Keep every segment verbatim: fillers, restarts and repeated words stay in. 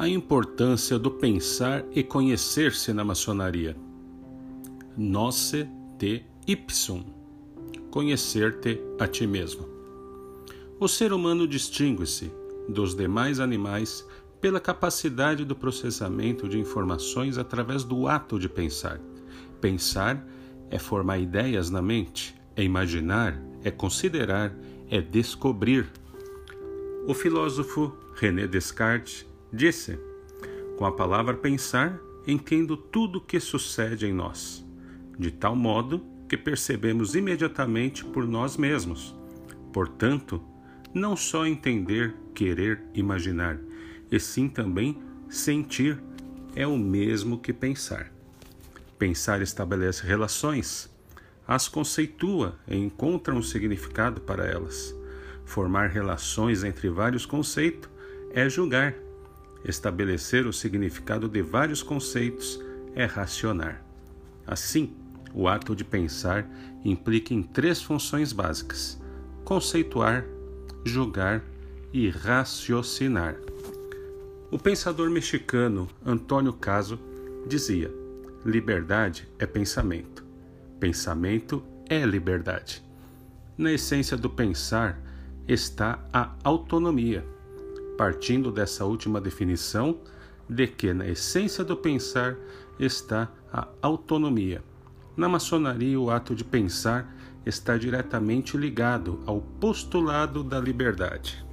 A importância do pensar e conhecer-se na maçonaria. Noce te ipsum. Conhecer-te a ti mesmo. O ser humano distingue-se dos demais animais pela capacidade do processamento de informações através do ato de pensar. Pensar é formar ideias na mente, é imaginar, é considerar, é descobrir. O filósofo René Descartes disse: com a palavra pensar, entendo tudo o que sucede em nós, de tal modo que percebemos imediatamente por nós mesmos. Portanto, não só entender, querer, imaginar, e sim também sentir é o mesmo que pensar. Pensar estabelece relações, as conceitua e encontra um significado para elas. Formar relações entre vários conceitos é julgar. Estabelecer o significado de vários conceitos é racionar. Assim, o ato de pensar implica em três funções básicas: conceituar, julgar e raciocinar. O pensador mexicano Antônio Caso dizia: liberdade é pensamento, pensamento é liberdade. Na essência do pensar está a autonomia, partindo dessa última definição de que na essência do pensar está a autonomia. Na maçonaria, o ato de pensar está diretamente ligado ao postulado da liberdade.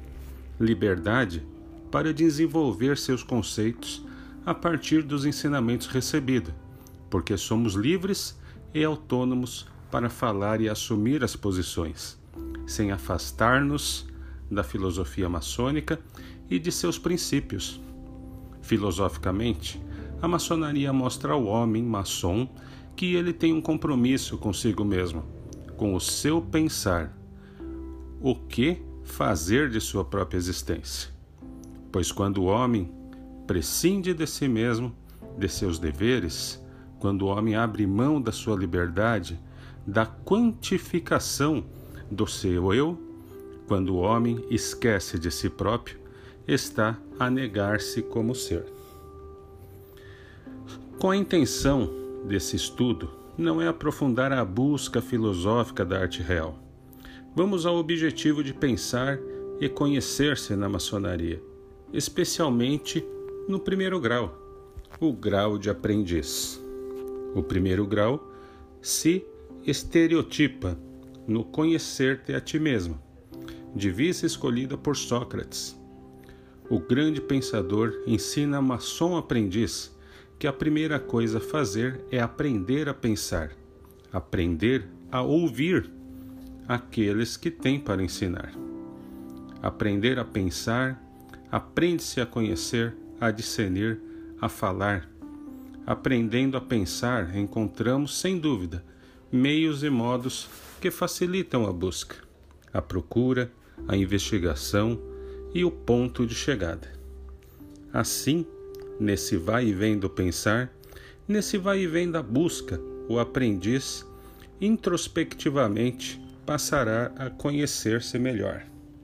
Liberdade para desenvolver seus conceitos a partir dos ensinamentos recebidos, porque somos livres e autônomos para falar e assumir as posições, sem afastar-nos da filosofia maçônica e de seus princípios. Filosoficamente, a maçonaria mostra ao homem maçom que ele tem um compromisso consigo mesmo, com o seu pensar, o que fazer de sua própria existência. Pois quando o homem prescinde de si mesmo, de seus deveres, quando o homem abre mão da sua liberdade, da quantificação do seu eu, quando o homem esquece de si próprio, está a negar-se como ser. Com a intenção desse estudo, não é aprofundar a busca filosófica da arte real. Vamos ao objetivo de pensar e conhecer-se na maçonaria, especialmente no primeiro grau, o grau de aprendiz. O primeiro grau se estereotipa no conhecer-te a ti mesmo, divisa escolhida por Sócrates. O grande pensador ensina a maçom aprendiz que a primeira coisa a fazer é aprender a pensar, aprender a ouvir aqueles que têm para ensinar. Aprender a pensar, aprende-se a conhecer, a discernir, a falar. Aprendendo a pensar, encontramos, sem dúvida, meios e modos que facilitam a busca, a procura, a investigação e o ponto de chegada. Assim, nesse vai e vem do pensar, nesse vai e vem da busca, o aprendiz, introspectivamente, passará a conhecer-se melhor.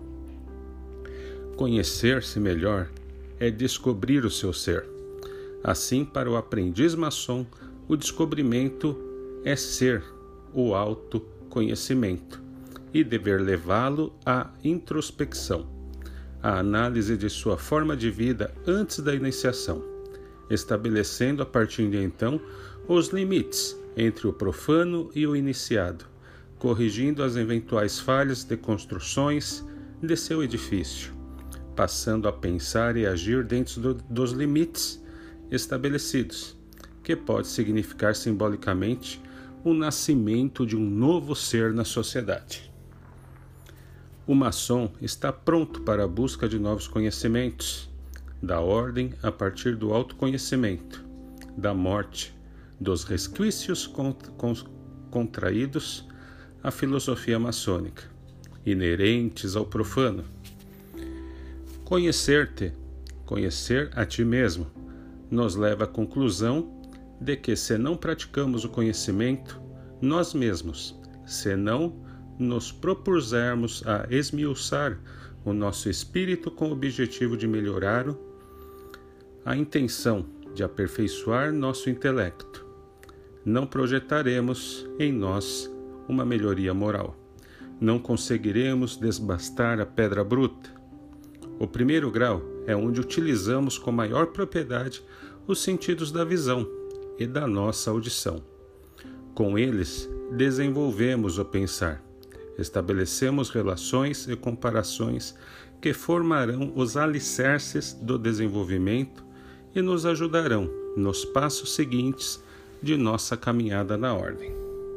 Conhecer-se melhor é descobrir o seu ser. Assim, para o aprendiz maçom, o descobrimento é ser, o autoconhecimento, e dever levá-lo à introspecção, à análise de sua forma de vida antes da iniciação, estabelecendo a partir de então os limites entre o profano e o iniciado, corrigindo as eventuais falhas de construções de seu edifício, passando a pensar e agir dentro do, dos limites estabelecidos, que pode significar simbolicamente o nascimento de um novo ser na sociedade. O maçom está pronto para a busca de novos conhecimentos, da ordem a partir do autoconhecimento, da morte, dos resquícios contraídos à filosofia maçônica, inerentes ao profano. Conhecer-te, conhecer a ti mesmo, nos leva à conclusão de que, se não praticamos o conhecimento nós mesmos, se não nos propusermos a esmiuçar o nosso espírito com o objetivo de melhorá-lo, a intenção de aperfeiçoar nosso intelecto. Não projetaremos em nós uma melhoria moral. Não conseguiremos desbastar a pedra bruta. O primeiro grau é onde utilizamos com maior propriedade os sentidos da visão e da nossa audição. Com eles, desenvolvemos o pensar. Estabelecemos relações e comparações que formarão os alicerces do desenvolvimento e nos ajudarão nos passos seguintes de nossa caminhada na ordem.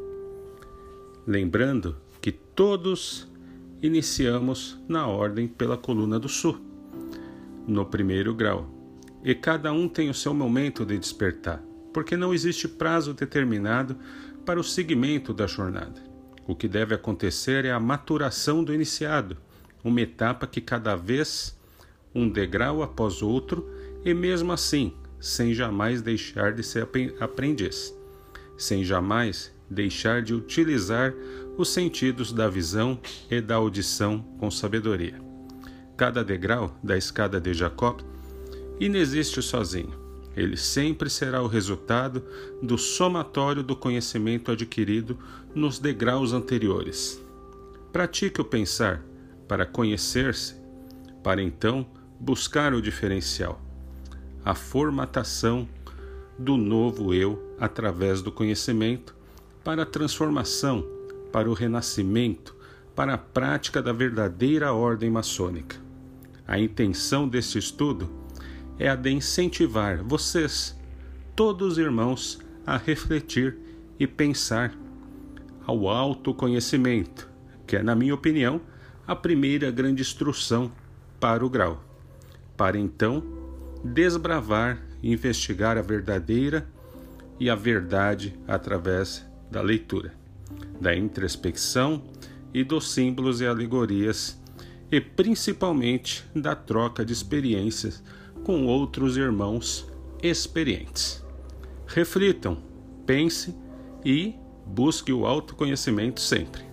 Lembrando que todos iniciamos na ordem pela coluna do sul, no primeiro grau, e cada um tem o seu momento de despertar, porque não existe prazo determinado para o seguimento da jornada. O que deve acontecer é a maturação do iniciado, uma etapa que cada vez, um degrau após outro, e mesmo assim, sem jamais deixar de ser aprendiz, sem jamais deixar de utilizar os sentidos da visão e da audição com sabedoria. Cada degrau da escada de Jacob inexiste sozinho. Ele sempre será o resultado do somatório do conhecimento adquirido nos degraus anteriores. Pratique o pensar para conhecer-se, para então buscar o diferencial, a formatação do novo eu através do conhecimento, para a transformação, para o renascimento, para a prática da verdadeira ordem maçônica. A intenção deste estudo é a de incentivar vocês, todos os irmãos, a refletir e pensar ao autoconhecimento, que é, na minha opinião, a primeira grande instrução para o grau, para então desbravar e investigar a verdadeira e a verdade através da leitura, da introspecção e dos símbolos e alegorias, e principalmente da troca de experiências com outros irmãos experientes. Reflitam, pense e busque o autoconhecimento sempre.